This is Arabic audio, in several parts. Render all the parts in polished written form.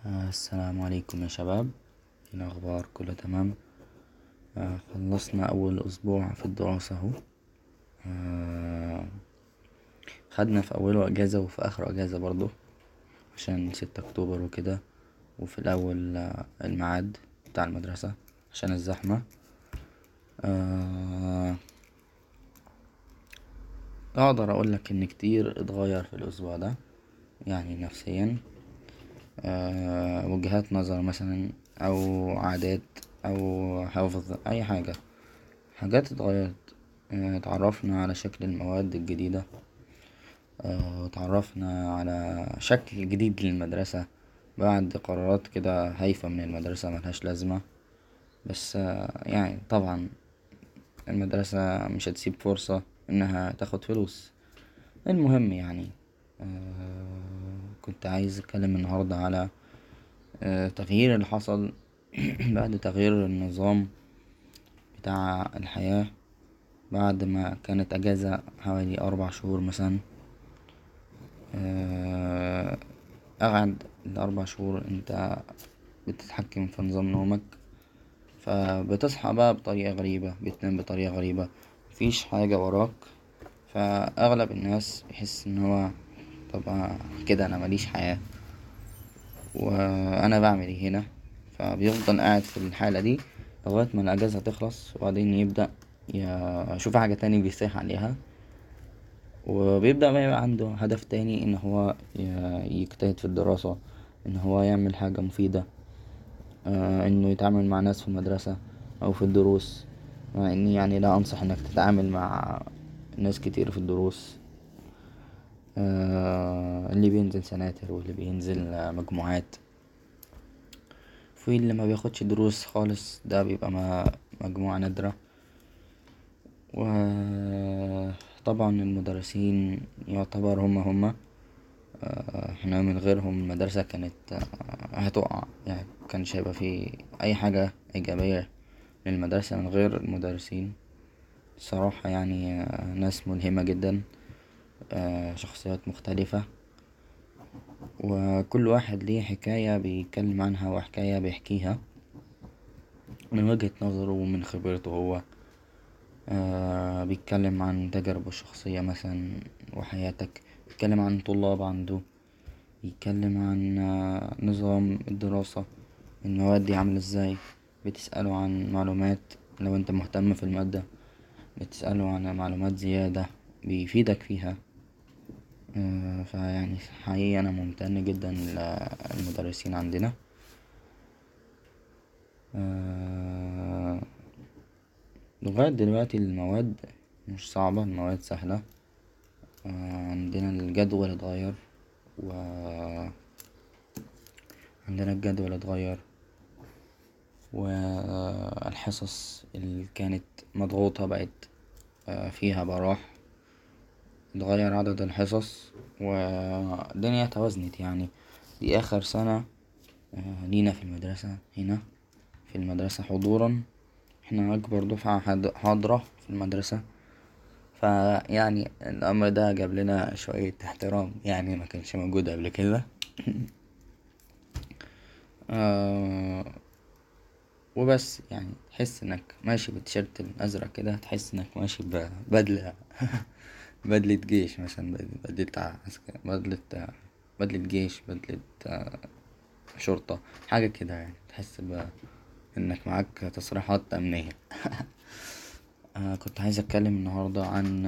السلام عليكم يا شباب. ايه الاخبار؟ كله تمام. خلصنا اول اسبوع في الدراسة اهو. خدنا في اوله اجازة وفي اخره اجازة برضو عشان 6 اكتوبر وكده، وفي الاول الميعاد بتاع المدرسة عشان الزحمة. آه، اقدر اقولك ان كتير اتغير في الاسبوع ده، يعني نفسيا، وجهات نظر مثلا او عادات او حفظ اي حاجة. حاجات اتغيرت. اتعرفنا على شكل المواد الجديدة. اتعرفنا على شكل جديد للمدرسة بعد قرارات كده هايفة من المدرسة ملهاش لازمة. بس يعني طبعا المدرسة مش هتسيب فرصة انها تاخد فلوس. المهم يعني، كنت عايز اتكلم النهاردة على التغيير اللي حصل بعد تغيير النظام بتاع الحياة، بعد ما كانت اجازة حوالي 4 شهور مثلا. اقعد ال4 شهور انت بتتحكم في نظام نومك، فبتصحى بقى بطريقة غريبة، بتنام بطريقة غريبة، مفيش حاجة وراك. فاغلب الناس بيحس ان هو طب كده انا ماليش حياة، وانا بعمل ايه هنا؟ فبيفضل قاعد في الحالة دي لغاية ما الاجازة تخلص، وبعدين يبدأ يشوف حاجة تاني بيصيح عليها، وبيبدأ بقى يبقى عنده هدف تاني ان هو يجتهد في الدراسة، ان هو يعمل حاجة مفيدة، انه يتعامل مع ناس في المدرسة او في الدروس. مع اني يعني لا انصح انك تتعامل مع ناس كتير في الدروس. اللي بينزل سناتر واللي بينزل مجموعات، في اللي ما بياخدش دروس خالص، ده بيبقى مجموعة نادرة. وطبعا المدرسين يعتبر هما احنا من غيرهم المدرسة كانت هتقع، يعني مكانش هيبقى في اي حاجة ايجابية للمدرسة من غير المدرسين. الصراحة يعني ناس ملهمة جدا، شخصيات مختلفة، وكل واحد ليه حكاية بيتكلم عنها وحكاية بيحكيها من وجهة نظره ومن خبرته هو. بيتكلم عن تجاربه الشخصية مثلا وحياتك، بيتكلم عن طلاب عنده، بيتكلم عن نظام الدراسة، المواد دي عاملة ازاي، بتسأله عن معلومات لو انت مهتم في المادة، بتسأله عن معلومات زيادة بيفيدك فيها. فيعني حقيقي انا ممتن جدا للمدرسين عندنا. آه، لغاية دلوقتي المواد مش صعبة، المواد سهلة. عندنا الجدول اتغير، وعندنا الجدول اتغير، والحصص اللي كانت مضغوطة بقت فيها براح. اتغير عدد الحصص والدنيا توازنت يعني. دي اخر سنة لينا في المدرسة هنا، في المدرسة حضورا. احنا اكبر دفعة حاضرة في المدرسة، فيعني الامر ده جاب لنا شوية احترام، يعني ما كانش موجود قبل كده. آه وبس يعني تحس انك ماشي بالتيشيرت الازرق كده، تحس انك ماشي ببدلة بدلة جيش مثلا، بدلة بدلة جيش، بدلة شرطة، حاجة كده يعني، تحس انك معاك تصريحات امنية. كنت عايز اتكلم النهاردة عن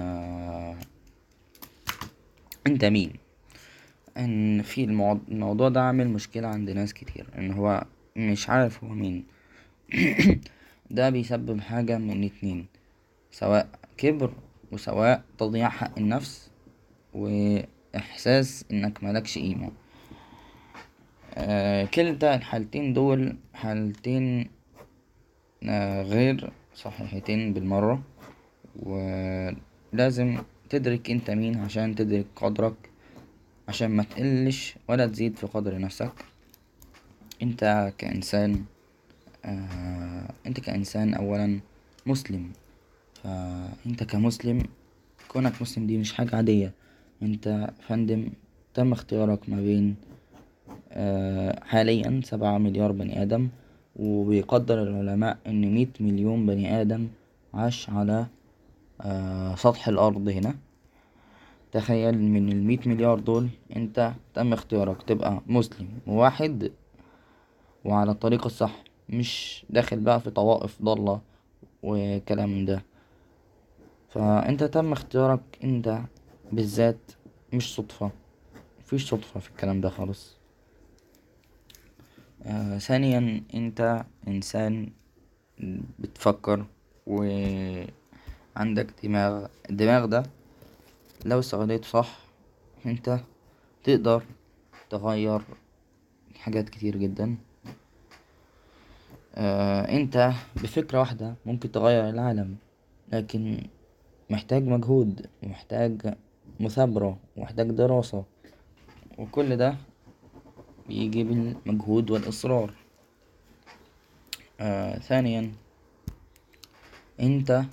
انت مين. ان في الموضوع ده عامل مشكلة عند ناس كتير، ان هو مش عارف هو مين. ده بيسبب حاجة من اتنين: سواء كبر، وسواء تضييع حق النفس، واحساس انك ملكش قيمة. كلتا الحالتين دول حالتين غير صحيحتين بالمرة. ولازم تدرك انت مين عشان تدرك قدرك، عشان ما تقلش ولا تزيد في قدر نفسك. انت كإنسان، انت كإنسان اولا مسلم. فانت كمسلم، كونك مسلم دي مش حاجة عادية. انت فندم، تم اختيارك ما بين حاليا 7 مليار بني آدم، وبيقدر العلماء إن 100 مليون بني آدم عاش على سطح الأرض هنا. تخيل من 100 مليار دول انت تم اختيارك تبقى مسلم وواحد وعلى الطريق الصح، مش داخل بقى في طوائف ضالة وكلام ده. فانت تم اختيارك انت بالذات، مش صدفة، مفيش صدفة في الكلام ده خالص. ثانيا انت انسان بتفكر وعندك دماغ. الدماغ ده لو استغليته صح انت تقدر تغير حاجات كتير جدا. انت بفكرة واحدة ممكن تغير العالم، لكن محتاج مجهود ومحتاج مثابرة ومحتاج دراسة، وكل ده بيجي بالمجهود والإصرار. ثانيا انت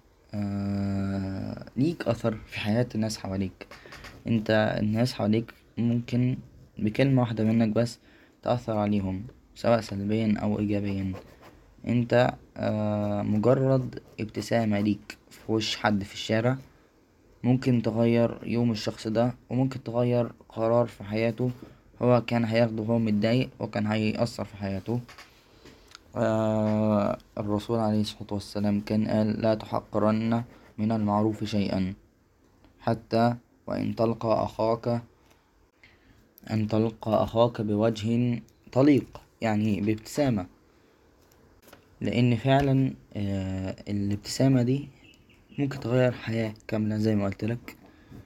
ليك أثر في حياة الناس حواليك. انت الناس حواليك ممكن بكلمة واحدة منك بس تأثر عليهم، سواء سلبيا أو إيجابيا. انت مجرد ابتسامة ليك في وش حد في الشارع ممكن تغير يوم الشخص ده، وممكن تغير قرار في حياته هو كان هياخده وهو متضايق وكان هيأثر في حياته. الرسول عليه الصلاة والسلام كان قال: لا تحقرن من المعروف شيئا، حتى وإن تلقى أخاك بوجه طليق، يعني بابتسامة. لأن فعلا الابتسامة دي ممكن تغير حياة كاملة زي ما قلت لك.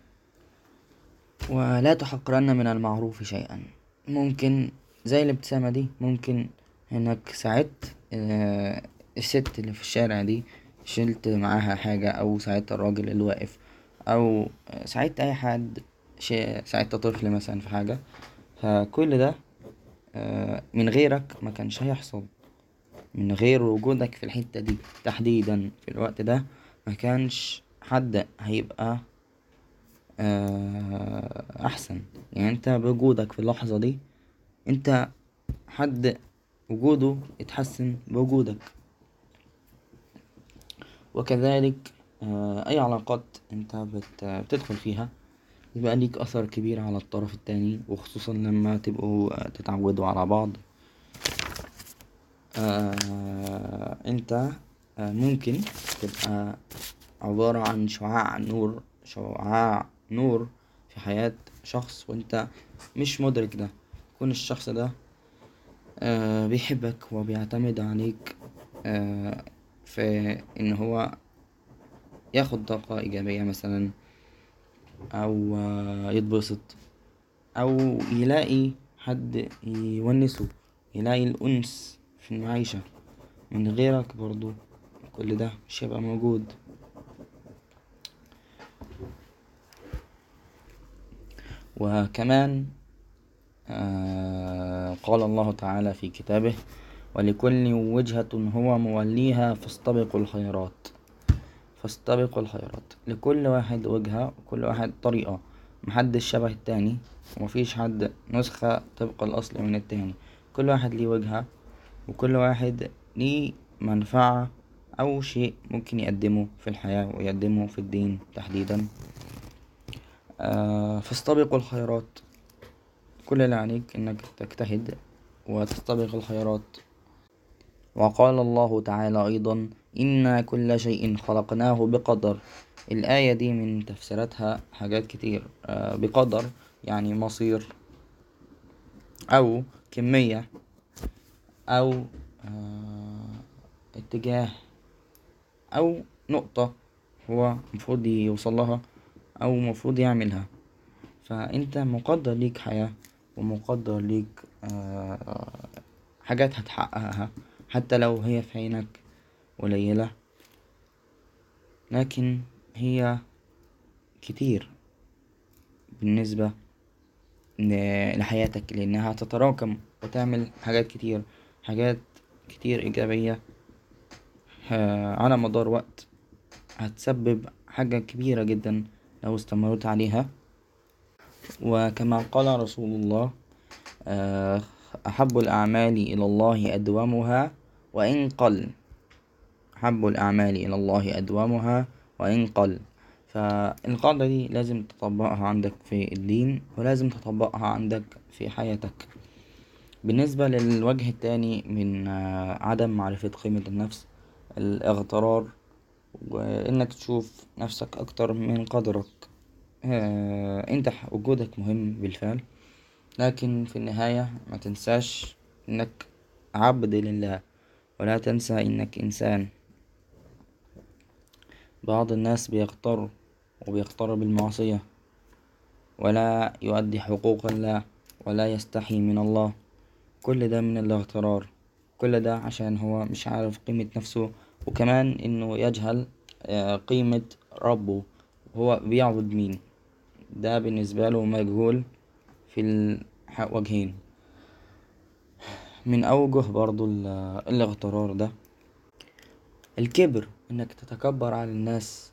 ولا تحقرن من المعروف شيئا، ممكن زي الابتسامة دي ممكن انك ساعدت الست اللي في الشارع دي، شلت معاها حاجة، او ساعدت الراجل اللي واقف، او ساعدت اي حد، ساعدت طفل مثلا في حاجة. فكل ده من غيرك ما كانش هيحصل. من غير وجودك في الحتة دي تحديدا في الوقت ده ما كانش حد هيبقى احسن. يعني انت بوجودك في اللحظة دي انت حد وجوده اتحسن بوجودك. وكذلك اي علاقات انت بتدخل فيها يبقى ليك اثر كبير على الطرف التاني، وخصوصا لما تبقوا تتعودوا على بعض. انت ممكن تبقى عبارة عن شعاع نور في حياة شخص وانت مش مدرك ده. يكون الشخص ده بيحبك وبيعتمد عليك في ان هو ياخد طاقة ايجابية مثلا، او يتبسط، او يلاقي حد يونسه، يلاقي الانس في المعيشة. من غيرك برضو كل ده مش هيبقى موجود. وكمان قال الله تعالى في كتابه: ولكل وجهة هو موليها فاستبقوا الخيرات. لكل واحد وجهة وكل واحد طريقة، محدش شبه التاني، ومفيش حد نسخة طبق الأصل من التاني. كل واحد ليه وجهة، وكل واحد ليه منفعة أو شيء ممكن يقدمه في الحياة ويقدمه في الدين تحديدا. فاستبقوا الخيرات. كل اللي عليك انك تجتهد وتستبق الخيرات. وقال الله تعالى ايضا: إنا كل شيء خلقناه بقدر. الآية دي من تفسيراتها حاجات كتير. بقدر يعني مصير، او كمية، او اتجاه، او نقطة هو مفروض يوصلها او مفروض يعملها. فانت مقدر ليك حياة، ومقدر ليك حاجات هتحققها حتى لو هي في عينك قليلة، لكن هي كتير بالنسبة لحياتك، لأنها تتراكم وتعمل حاجات كتير إيجابية على مدار وقت، هتسبب حاجة كبيرة جدا لو استمرت عليها. وكما قال رسول الله: أحب الأعمال إلى الله أدومها وإن قل. أحب الأعمال إلى الله أدومها وإن قل. فالقاعدة دي لازم تطبقها عندك في الدين، ولازم تطبقها عندك في حياتك. بالنسبة للوجه التاني من عدم معرفة قيمة النفس، الاغترار، وإنك تشوف نفسك أكتر من قدرك. انت وجودك مهم بالفعل، لكن في النهاية ما تنساش انك عبد لله، ولا تنسى انك انسان. بعض الناس بيغتر بالمعصية، ولا يؤدي حقوق الله، ولا يستحي من الله. كل ده من الاغترار، كل ده عشان هو مش عارف قيمة نفسه، وكمان انه يجهل قيمة ربه، هو بيعبد مين. ده بالنسبة له مجهول في الوجهين. من أوجه برضو الاغترار ده الكبر، انك تتكبر على الناس،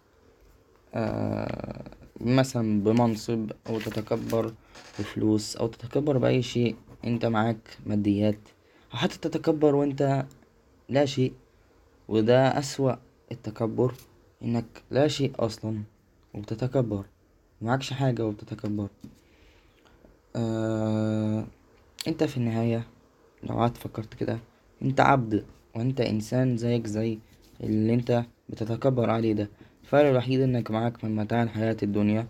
مثلا بمنصب، او تتكبر بفلوس، او تتكبر بأي شيء انت معاك ماديات، او حتى تتكبر وانت لا شيء. وده أسوأ التكبر، انك لا شيء اصلا وبتتكبر، معكش حاجة وبتتكبر. انت في النهاية لو قعدت فكرت كده، انت عبد، وانت انسان زيك زي اللي انت بتتكبر عليه ده. الفرق الوحيد انك معاك من متاع الحياة الدنيا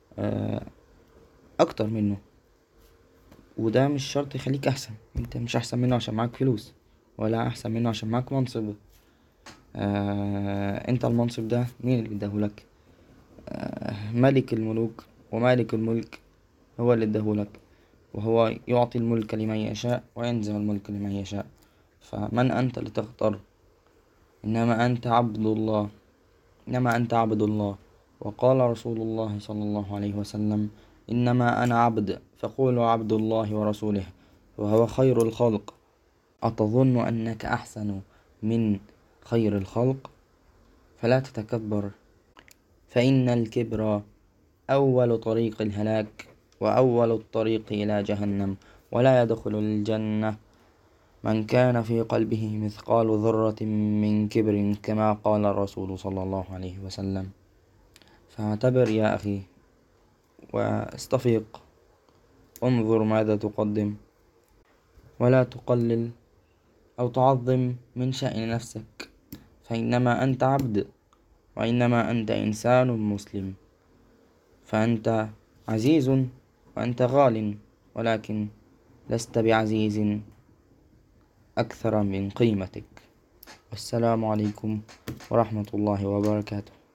اكتر منه، وده مش شرط يخليك احسن. انت مش احسن منه عشان معاك فلوس، ولا احسن منه عشان معاك منصب. انت المنصب ده مين اللي اداهولك؟ ملك الملوك ومالك الملك هو اللي اداهولك، وهو يعطي الملك لمن يشاء وينزع الملك لمن يشاء. فمن أنت لتختار؟ إنما أنت عبد الله، إنما أنت عبد الله. وقال رسول الله صلى الله عليه وسلم: إنما أنا عبد فقولوا عبد الله ورسوله، وهو خير الخلق. أتظن أنك أحسن من خير الخلق؟ فلا تتكبر، فإن الكبر أول طريق الهلاك، وأول الطريق إلى جهنم، ولا يدخل الجنة من كان في قلبه مثقال ذرة من كبر، كما قال الرسول صلى الله عليه وسلم. فاعتبر يا أخي واستفيق، انظر ماذا تقدم، ولا تقلل أو تعظم من شأن نفسك، فإنما أنت عبد، وإنما أنت إنسان مسلم. فأنت عزيز وأنت غال، ولكن لست بعزيز أكثر من قيمتك. والسلام عليكم ورحمة الله وبركاته.